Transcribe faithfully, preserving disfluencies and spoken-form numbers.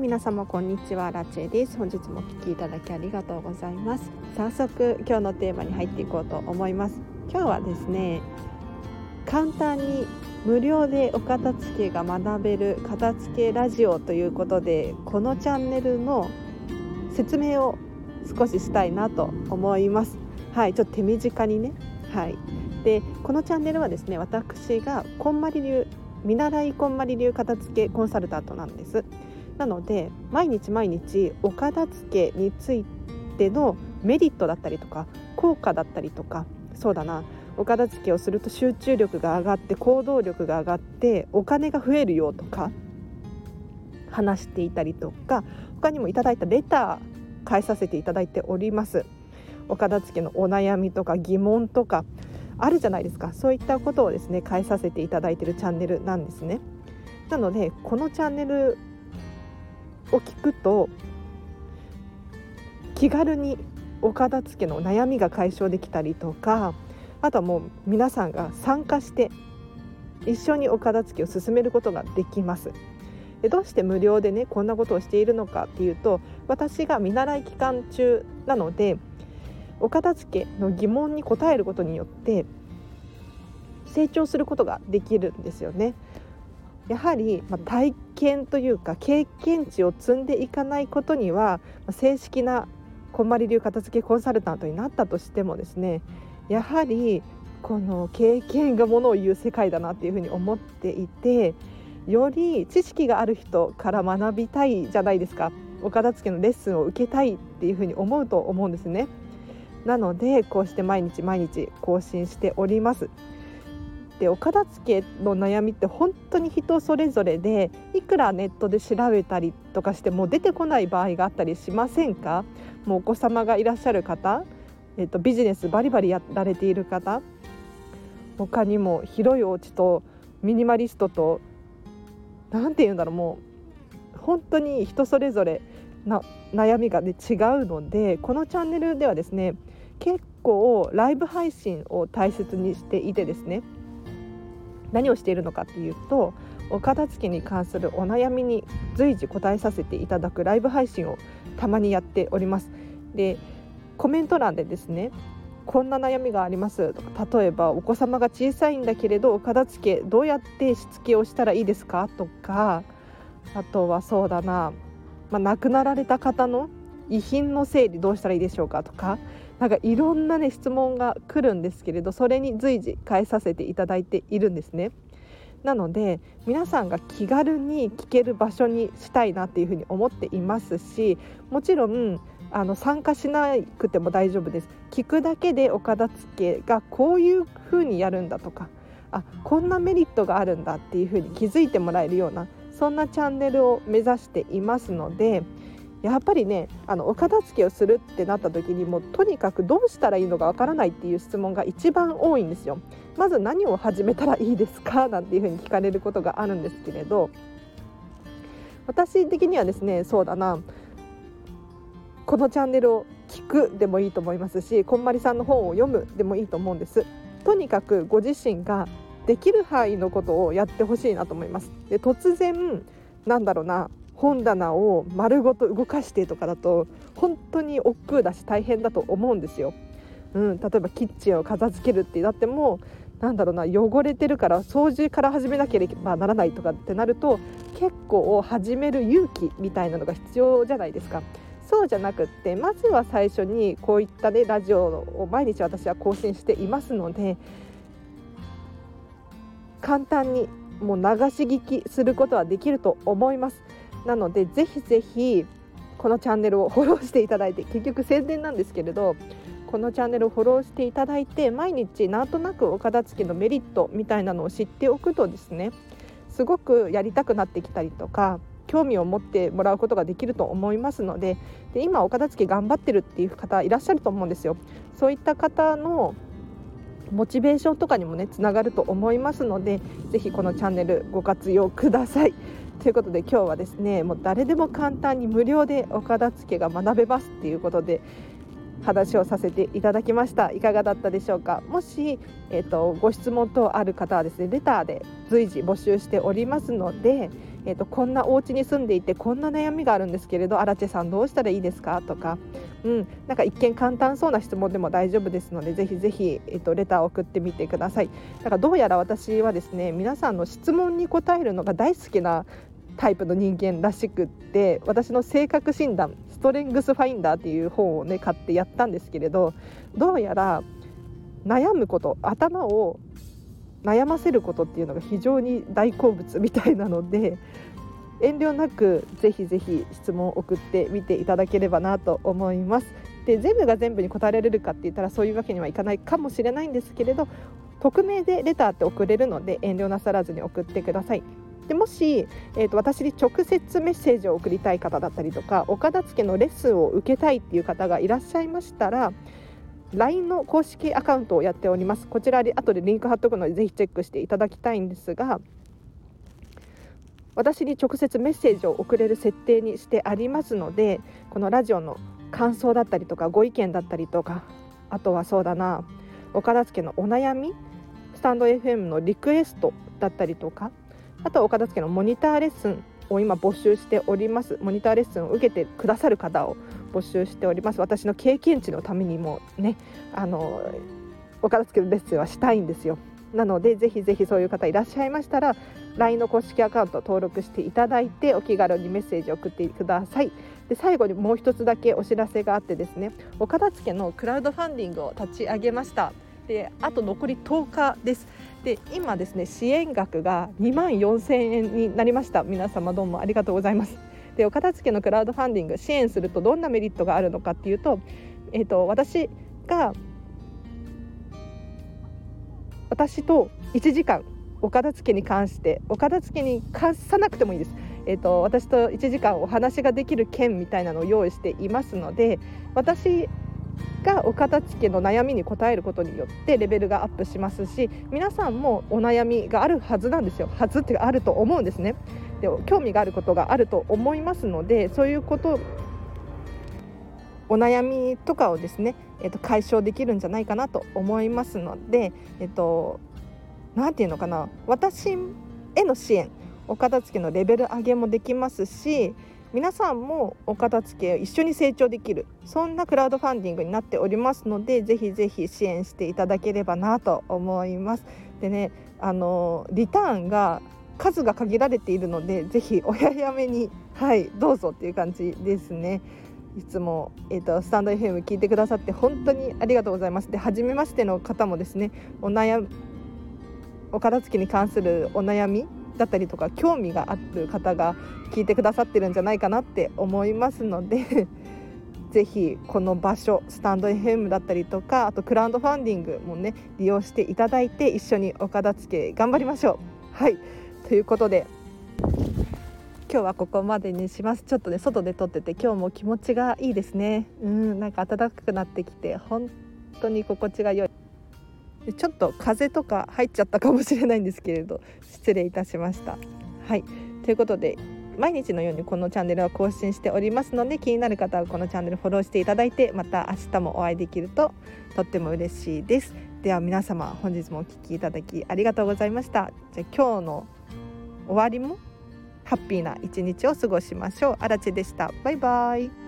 皆様こんにちは、ラチェです。本日もお聞きいただきありがとうございます。早速今日のテーマに入っていこうと思います。今日はですね、簡単に無料でお片付けが学べる片付けラジオということで、このチャンネルの説明を少ししたいなと思います。はい、ちょっと手短にね。はい。で、このチャンネルはですね、私がこんまり流見習いこんまり流片付けコンサルタントなんです。なので毎日毎日お片付けについてのメリットだったりとか効果だったりとか、そうだな、お片付けをすると集中力が上がって行動力が上がってお金が増えるよとか話していたりとか、他にもいただいたレター返させていただいております。お片付けのお悩みとか疑問とかあるじゃないですか。そういったことをですね返させていただいているチャンネルなんですね。なのでこのチャンネルを聞くと気軽にお片付けの悩みが解消できたりとか、あとはもう皆さんが参加して一緒にお片付けを進めることができます。で、どうして無料でねこんなことをしているのかっていうと、私が見習い期間中なのでお片付けの疑問に答えることによって成長することができるんですよね。やはり、まあ、体験というか経験値を積んでいかないことには、まあ、正式なこんまり流片付けコンサルタントになったとしてもですね、やはりこの経験がものを言う世界だなっていうふうに思っていて、より知識がある人から学びたいじゃないですか。お片付けのレッスンを受けたいっていうふうに思うと思うんですね。なのでこうして毎日毎日更新しております。で、お片付けの悩みって本当に人それぞれで、いくらネットで調べたりとかしても出てこない場合があったりしませんか？もうお子様がいらっしゃる方、えっと、ビジネスバリバリやられている方、他にも広いお家とミニマリストと、なんていうんだろう、もう本当に人それぞれな悩みが、ね、違うので、このチャンネルではですね結構ライブ配信を大切にしていてですね、何をしているのかっていうと、お片付けに関するお悩みに随時答えさせていただくライブ配信をたまにやっております。で、コメント欄でですね、こんな悩みがありますとか、例えばお子様が小さいんだけれどお片付けどうやってしつけをしたらいいですかとか、あとはそうだな、まあ、亡くなられた方の遺品の整理どうしたらいいでしょうかとか、なんかいろんなね質問が来るんですけれど、それに随時返させていただいているんですね。なので皆さんが気軽に聞ける場所にしたいなっていうふうに思っていますし、もちろんあの参加しなくても大丈夫です。聞くだけでお片付けがこういうふうにやるんだとか、あ、こんなメリットがあるんだっていうふうに気づいてもらえるような、そんなチャンネルを目指していますので、やっぱりね、あのお片付けをするってなった時にもうとにかくどうしたらいいのかわからないっていう質問が一番多いんですよ。まず何を始めたらいいですかなんていうふうに聞かれることがあるんですけれど、私的にはですね、そうだな、このチャンネルを聞くでもいいと思いますし、こんまりさんの本を読むでもいいと思うんです。とにかくご自身ができる範囲のことをやってほしいなと思います。で、突然なんだろうな、本棚を丸ごと動かしてとかだと本当に億劫だし大変だと思うんですよ。うん、例えばキッチンを片付けるってなっても、なんだろうな、汚れてるから掃除から始めなければならないとかってなると、結構始める勇気みたいなのが必要じゃないですか。そうじゃなくって、まずは最初にこういった、ね、ラジオを毎日私は更新していますので、簡単にもう流し聞きすることはできると思います。なのでぜひぜひこのチャンネルをフォローしていただいて、結局宣伝なんですけれど、このチャンネルをフォローしていただいて、毎日なんとなくお片付けのメリットみたいなのを知っておくとですね、すごくやりたくなってきたりとか興味を持ってもらうことができると思いますので、で今お片付け頑張ってるっていう方いらっしゃると思うんですよ。そういった方のモチベーションとかにもねつながると思いますので、ぜひこのチャンネルご活用ください。ということで今日はですね、もう誰でも簡単に無料でお片付けが学べますっていうことで、 話をさせていただきました。いかがだったでしょうか。もし、えーと、ご質問等ある方はですね、レターで随時募集しておりますので、えーと、こんなお家に住んでいてこんな悩みがあるんですけれど、アラチェさんどうしたらいいですかとか、うん、なんか一見簡単そうな質問でも大丈夫ですので、ぜひぜひ、えーと、レターを送ってみてください。だからどうやら私はですね、皆さんの質問に答えるのが大好きなタイプの人間らしくって、私の性格診断ストレングスファインダーっていう本をね買ってやったんですけれど、どうやら悩むこと、頭を悩ませることっていうのが非常に大好物みたいなので、遠慮なくぜひぜひ質問を送ってみていただければなと思います。で、全部が全部に答えられるかって言ったらそういうわけにはいかないかもしれないんですけれど、匿名でレターって送れるので遠慮なさらずに送ってください。でもし、えーと、私に直接メッセージを送りたい方だったりとか、お片付けのレッスンを受けたいっていう方がいらっしゃいましたら、 ライン の公式アカウントをやっております。こちらで後でリンク貼っておくのでぜひチェックしていただきたいんですが、私に直接メッセージを送れる設定にしてありますので、このラジオの感想だったりとかご意見だったりとか、あとはそうだな、お片付けのお悩み、スタンド エフエム のリクエストだったりとか、あとはお片付けのモニターレッスンを今募集しております。モニターレッスンを受けてくださる方を募集しております。私の経験値のためにもね、あのお片付けのレッスンはしたいんですよ。なのでぜひぜひそういう方いらっしゃいましたら ライン の公式アカウント登録していただいて、お気軽にメッセージを送ってください。で、最後にもう一つだけお知らせがあってですね、お片付けのクラウドファンディングを立ち上げました。で、あと残りとおかです。で、今ですね、支援額がにまんよんせんえんになりました。皆様どうもありがとうございます。で、お片付けのクラウドファンディング支援するとどんなメリットがあるのかっていうと、えーと、私が私といちじかんお片付けに関してお片付けに関さなくてもいいです、えーと、私といちじかんお話ができる券みたいなのを用意していますので、私がお片付けの悩みに答えることによってレベルがアップしますし、皆さんもお悩みがあるはずなんですよ。はずっていうかあると思うんですね。で、興味があることがあると思いますので、そういうことお悩みとかをですね、えっと、解消できるんじゃないかなと思いますので、えっと、なんていうのかな、私への支援、お片付けのレベル上げもできますし、皆さんもお片付けを一緒に成長できる、そんなクラウドファンディングになっておりますので、ぜひぜひ支援していただければなと思います。でね、あのリターンが数が限られているので、ぜひお早めに、はい、どうぞっていう感じですね。いつも、えーと、スタンド エフエム 聞いてくださって本当にありがとうございます。で、初めましての方もですね、お悩お片付けに関するお悩みだったりとか興味がある方が聞いてくださってるんじゃないかなって思いますのでぜひこの場所、スタンド エフエム だったりとか、あとクラウドファンディングもね利用していただいて、一緒にお片付け頑張りましょう。はい、ということで今日はここまでにします。ちょっとね外で撮ってて今日も気持ちがいいですね。うん、なんか暖かくなってきて本当に心地が良い。ちょっと風とか入っちゃったかもしれないんですけれど、失礼いたしました。はい、ということで毎日のようにこのチャンネルは更新しておりますので、気になる方はこのチャンネルフォローしていただいて、また明日もお会いできるととっても嬉しいです。では皆様、本日もお聞きいただきありがとうございました。じゃあ今日の終わりもハッピーな一日を過ごしましょう。あらちでした。バイバイ。